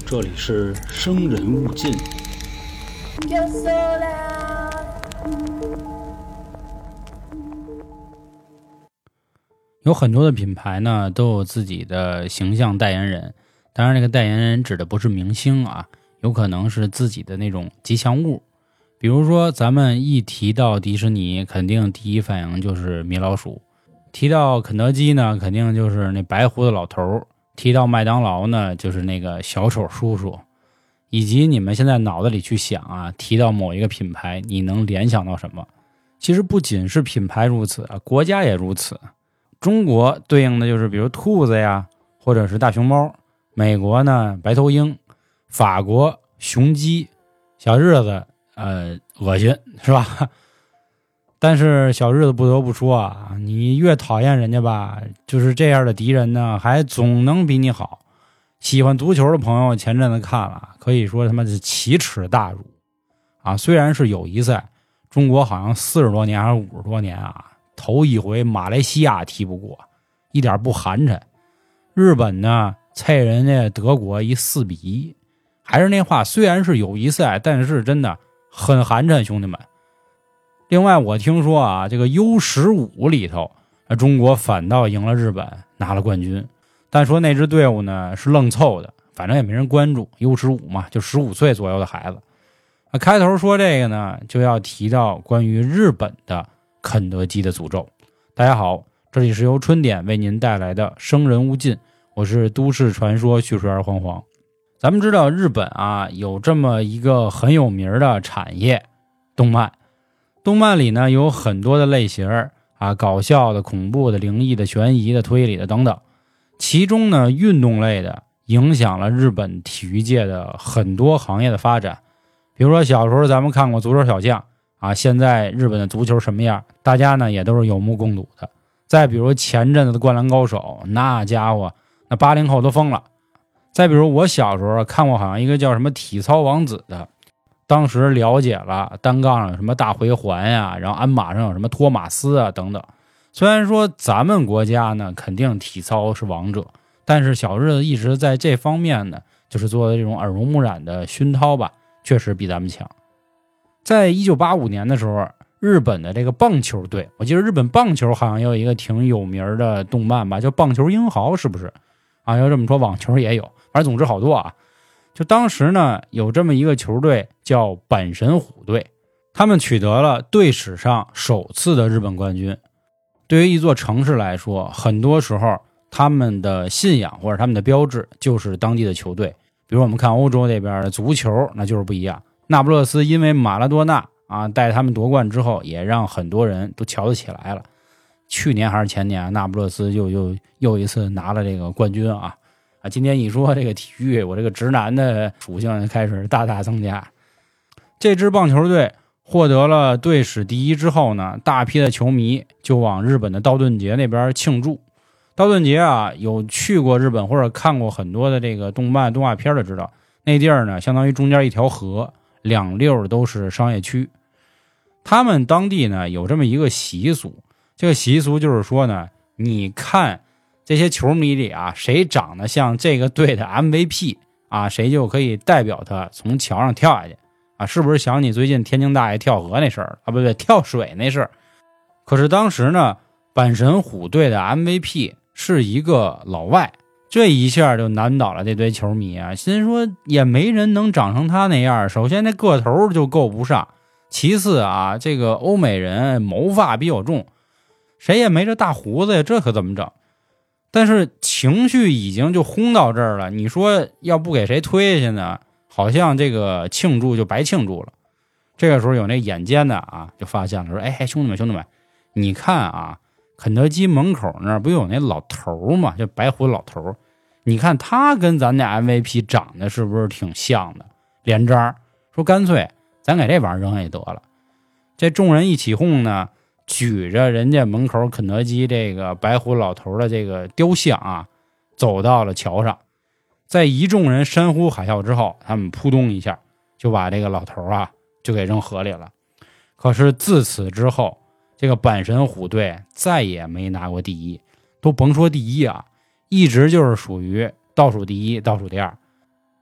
这里是生人勿近。有很多的品牌呢都有自己的形象代言人，当然这个代言人指的不是明星啊，有可能是自己的那种吉祥物。比如说咱们一提到迪士尼，肯定第一反应就是米老鼠，提到肯德基呢，肯定就是那白胡子老头，提到麦当劳呢，就是那个小丑叔叔。以及你们现在脑子里去想啊，提到某一个品牌，你能联想到什么？其实不仅是品牌如此啊，国家也如此。中国对应的就是比如兔子呀，或者是大熊猫；美国呢白头鹰；法国雄鸡；小日子恶心是吧？但是小日子不得不说啊，你越讨厌人家吧，就是这样的敌人呢，还总能比你好。喜欢足球的朋友前阵子看了，可以说他妈是奇耻大辱啊！虽然是友谊赛，中国好像40多年还是50多年啊，头一回马来西亚踢不过，一点不寒碜。日本呢菜人家德国一4-1，还是那话，虽然是友谊赛，但是真的很寒碜，兄弟们。另外我听说啊，这个 U15 里头，中国反倒赢了日本，拿了冠军。但说那支队伍呢是愣凑的，反正也没人关注 U15 嘛，就15岁左右的孩子。开头说这个呢，就要提到关于日本的肯德基的诅咒。大家好，这里是由春点为您带来的生人勿近，我是都市传说叙述员黄黄。咱们知道日本啊有这么一个很有名的产业，动漫。动漫里呢有很多的类型啊，搞笑的、恐怖的、灵异的、悬疑的、推理的等等。其中呢运动类的影响了日本体育界的很多行业的发展。比如说小时候咱们看过足球小将啊，现在日本的足球什么样，大家呢也都是有目共睹的。再比如前阵子的灌篮高手，那家伙那80后都疯了。再比如我小时候看过好像一个叫什么体操王子的，当时了解了单杠上有什么大回环呀，然后鞍马上有什么托马斯啊等等。虽然说咱们国家呢肯定体操是王者，但是小日子一直在这方面呢就是做的这种耳濡目染的熏陶吧，确实比咱们强。在1985年的时候，日本的这个棒球队，我记得日本棒球好像有一个挺有名的动漫吧，叫棒球英豪，是不是啊？要这么说网球也有，反正总之好多啊。就当时呢有这么一个球队叫阪神虎队，他们取得了队史上首次的日本冠军。对于一座城市来说，很多时候他们的信仰或者他们的标志就是当地的球队。比如我们看欧洲那边的足球，那就是不一样。那不勒斯因为马拉多纳啊带他们夺冠之后，也让很多人都瞧得起来了。去年还是前年，那不勒斯又一次拿了这个冠军啊！今天一说这个体育，我这个直男的属性开始大大增加。这支棒球队获得了队史第一之后呢，大批的球迷就往日本的道顿崛那边庆祝。道顿崛啊，有去过日本或者看过很多的这个动漫动画片的知道，那地儿呢相当于中间一条河，两溜都是商业区。他们当地呢有这么一个习俗，这个习俗就是说呢，你看这些球迷里啊，谁长得像这个队的 MVP 啊，谁就可以代表他从桥上跳下去啊，是不是想你最近天津大爷跳河那事儿啊？不对，跳水那事儿。可是当时呢，阪神虎队的 MVP 是一个老外，这一下就难倒了这堆球迷啊，心说也没人能长成他那样，首先这个头就够不上，其次啊，这个欧美人毛发比较重，谁也没这大胡子呀，这可怎么整？但是情绪已经就轰到这儿了，你说要不给谁推下去呢？好像这个庆祝就白庆祝了。这个时候有那眼尖的啊，就发现了说：“哎，兄弟们，你看啊，肯德基门口那儿不有那老头吗？就白胡子老头，你看他跟咱那 MVP 长得是不是挺像的？连渣。说干脆咱给这玩意儿扔下得了。”这众人一起哄呢，举着人家门口肯德基这个白胡子老头的这个雕像啊，走到了桥上。在一众人山呼海啸之后，他们扑通一下就把这个老头啊就给扔河里了。可是自此之后，这个阪神虎队再也没拿过第一，都甭说第一啊，一直就是属于倒数第一、倒数第二。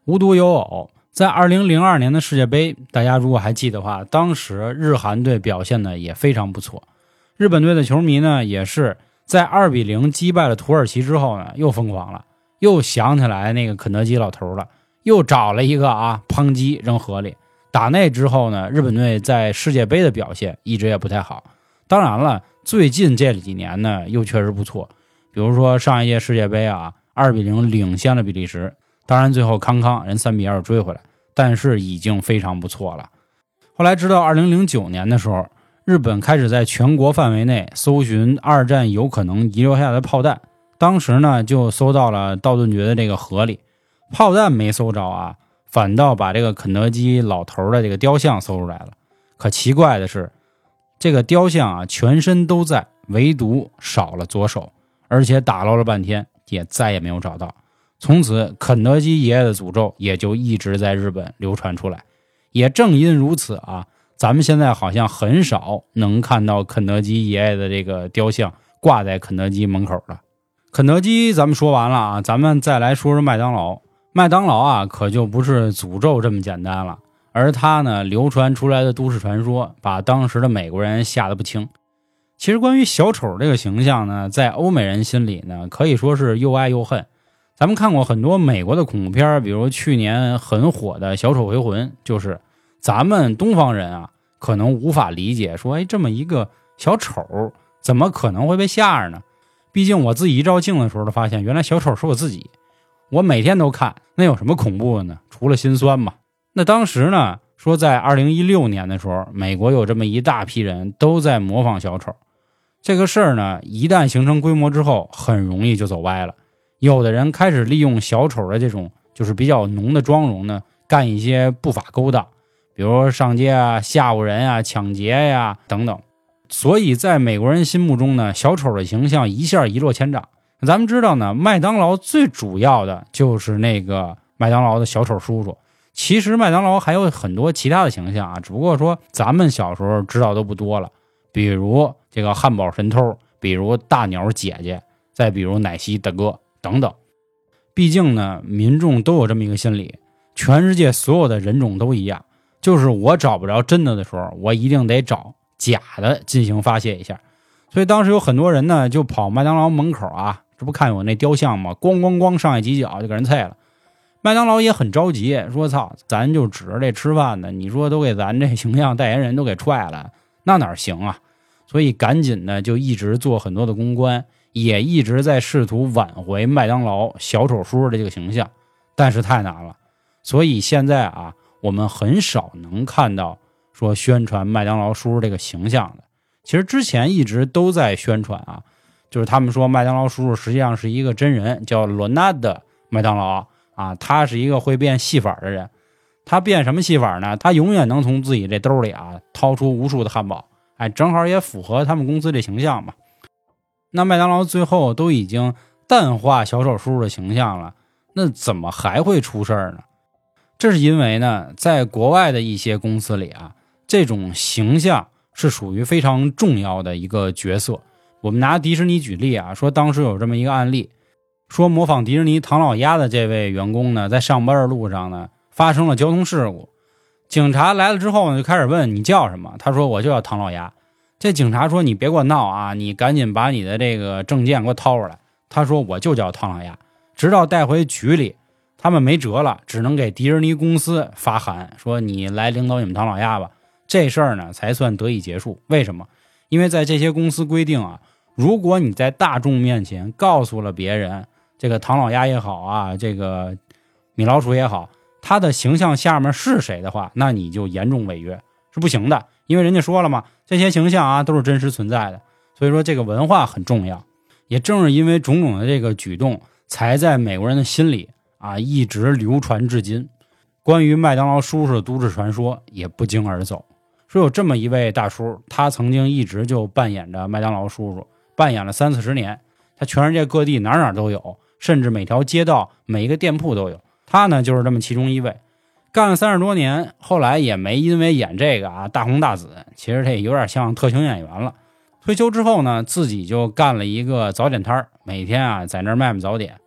无独有偶，在2002年的世界杯，大家如果还记得的话，当时日韩队表现的也非常不错。日本队的球迷呢，也是在2-0击败了土耳其之后呢，又疯狂了，又想起来那个肯德基老头了，又找了一个抨击扔河里。打那之后呢，日本队在世界杯的表现一直也不太好。当然了，最近这几年呢，又确实不错。比如说上一届世界杯2-0领先了比利时，当然最后康人3-2追回来，但是已经非常不错了。后来直到2009年的时候，日本开始在全国范围内搜寻二战有可能遗留下的炮弹，当时呢就搜到了道顿崛的这个河里，炮弹没搜着反倒把这个肯德基老头的这个雕像搜出来了。可奇怪的是，这个雕像全身都在，唯独少了左手，而且打捞了半天也再也没有找到。从此肯德基爷爷的诅咒也就一直在日本流传出来。也正因如此咱们现在好像很少能看到肯德基爷爷的这个雕像挂在肯德基门口了。肯德基咱们说完了咱们再来说说麦当劳。麦当劳可就不是诅咒这么简单了，而它呢流传出来的都市传说把当时的美国人吓得不轻。其实关于小丑这个形象呢，在欧美人心里呢可以说是又爱又恨。咱们看过很多美国的恐怖片，比如去年很火的小丑回魂，就是咱们东方人可能无法理解，说这么一个小丑怎么可能会被吓着呢？毕竟我自己一照镜的时候都发现，原来小丑是我自己。我每天都看，那有什么恐怖的呢？除了心酸嘛。那当时呢，说在2016年的时候，美国有这么一大批人都在模仿小丑。这个事儿呢，一旦形成规模之后，很容易就走歪了。有的人开始利用小丑的这种就是比较浓的妆容呢，干一些不法勾当，比如上街吓唬人抢劫等等。所以在美国人心目中呢，小丑的形象一下一落千丈。咱们知道呢，麦当劳最主要的就是那个麦当劳的小丑叔叔。其实麦当劳还有很多其他的形象只不过说咱们小时候知道都不多了，比如这个汉堡神偷，比如大鸟姐姐，再比如奶昔大哥等等。毕竟呢，民众都有这么一个心理，全世界所有的人种都一样，就是我找不着真的时候，我一定得找假的进行发泄一下。所以当时有很多人呢就跑麦当劳门口这不看有那雕像吗？咣咣咣上一几脚就给人菜了。麦当劳也很着急，说操，咱就指着这吃饭的，你说都给咱这形象代言人都给踹了，那哪行啊？所以赶紧的就一直做很多的公关，也一直在试图挽回麦当劳小丑叔的这个形象，但是太难了。所以现在我们很少能看到说宣传麦当劳叔这个形象的。其实之前一直都在宣传就是他们说麦当劳叔叔实际上是一个真人，叫罗纳德麦当劳他是一个会变戏法的人。他变什么戏法呢？他永远能从自己这兜里掏出无数的汉堡，正好也符合他们公司这形象嘛。那麦当劳最后都已经淡化小丑叔叔的形象了，那怎么还会出事儿呢？这是因为呢，在国外的一些公司里这种形象是属于非常重要的一个角色。我们拿迪士尼举例说当时有这么一个案例，说模仿迪士尼唐老鸭的这位员工呢，在上班的路上呢发生了交通事故。警察来了之后呢，就开始问你叫什么，他说我就叫唐老鸭。这警察说你别给我闹你赶紧把你的这个证件给我掏出来。他说我就叫唐老鸭。直到带回局里，他们没辙了，只能给迪士尼公司发函说你来领导你们唐老鸭吧。这事儿呢才算得以结束。为什么？因为在这些公司规定如果你在大众面前告诉了别人这个唐老鸭也好这个米老鼠也好，他的形象下面是谁的话，那你就严重违约，是不行的。因为人家说了嘛，这些形象都是真实存在的。所以说这个文化很重要。也正是因为种种的这个举动，才在美国人的心里一直流传至今。关于麦当劳叔叔的都市传说也不胫而走。说有这么一位大叔，他曾经一直就扮演着麦当劳叔叔，扮演了30-40年。他全世界各地哪都有，甚至每条街道每一个店铺都有。他呢就是这么其中一位，干了30多年，后来也没因为演这个大红大紫，其实这有点像特型演员了。退休之后呢，自己就干了一个早点摊儿，每天在那儿卖早点。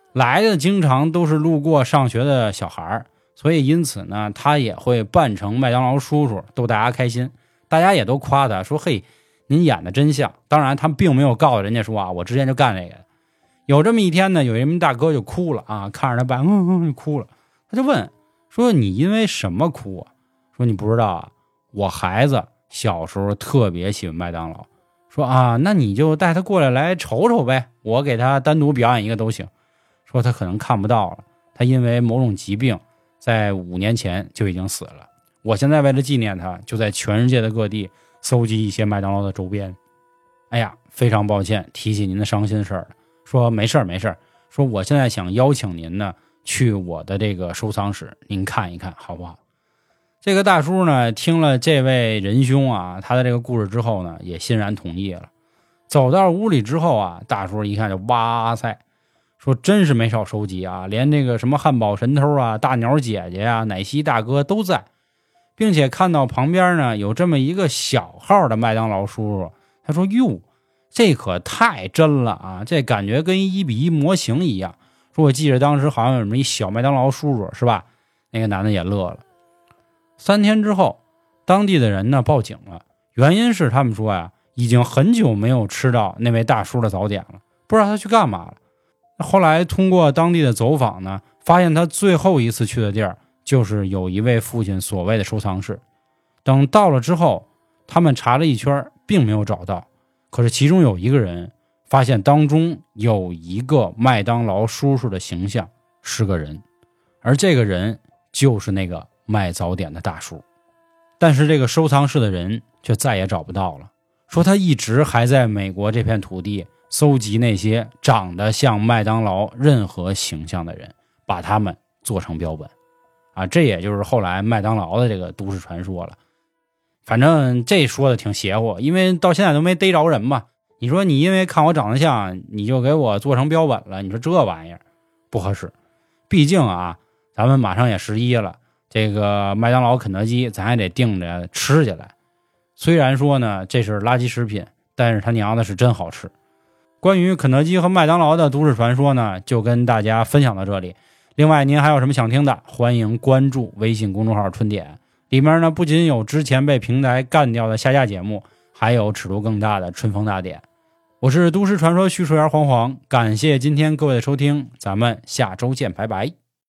来的经常都是路过上学的小孩，所以因此呢，他也会扮成麦当劳叔叔逗大家开心。大家也都夸他说：“嘿，您演的真像。”当然，他并没有告诉人家说啊，我之前就干这个。有这么一天呢，有一名大哥就哭了啊，看着他爸就哭了，他就问说：“你因为什么哭啊？”说：“你不知道啊，我孩子小时候特别喜欢麦当劳。”说啊，那你就带他过来瞅瞅呗，我给他单独表演一个都行。说他可能看不到了，他因为某种疾病在5年前就已经死了。我现在为了纪念他，就在全世界的各地搜集一些麦当劳的周边。哎呀，非常抱歉提起您的伤心事儿了。说没事儿，说我现在想邀请您呢去我的这个收藏室，您看一看好不好？这个大叔呢听了这位仁兄啊他的这个故事之后呢，也欣然同意了。走到屋里之后啊，大叔一看就哇塞，说真是没少收集啊，连这个什么汉堡神偷啊、大鸟姐姐啊、奶昔大哥都在，并且看到旁边呢有这么一个小号的麦当劳叔叔，他说哟，这可太真了啊，这感觉跟1:1模型一样。说我记着当时好像有什么一小麦当劳叔叔是吧？那个男的也乐了。3天之后，当地的人呢报警了，原因是他们说呀，已经很久没有吃到那位大叔的早点了，不知道他去干嘛了。后来通过当地的走访呢，发现他最后一次去的地儿就是有一位父亲所谓的收藏室。等到了之后，他们查了一圈并没有找到，可是其中有一个人发现当中有一个麦当劳叔叔的形象是个人，而这个人就是那个卖早点的大叔。但是这个收藏室的人却再也找不到了，说他一直还在美国这片土地搜集那些长得像麦当劳任何形象的人，把他们做成标本啊，这也就是后来麦当劳的这个都市传说了。反正这说的挺邪乎，因为到现在都没逮着人嘛。你说你因为看我长得像，你就给我做成标本了，你说这玩意儿不合适。毕竟啊，咱们马上也11了，这个麦当劳、肯德基咱还得盯着吃起来。虽然说呢这是垃圾食品，但是他娘的是真好吃。关于肯德基和麦当劳的都市传说呢，就跟大家分享到这里。另外您还有什么想听的，欢迎关注微信公众号春点，里面呢不仅有之前被平台干掉的下架节目，还有尺度更大的春风大典。我是都市传说叙述员黄黄，感谢今天各位的收听，咱们下周见，拜拜。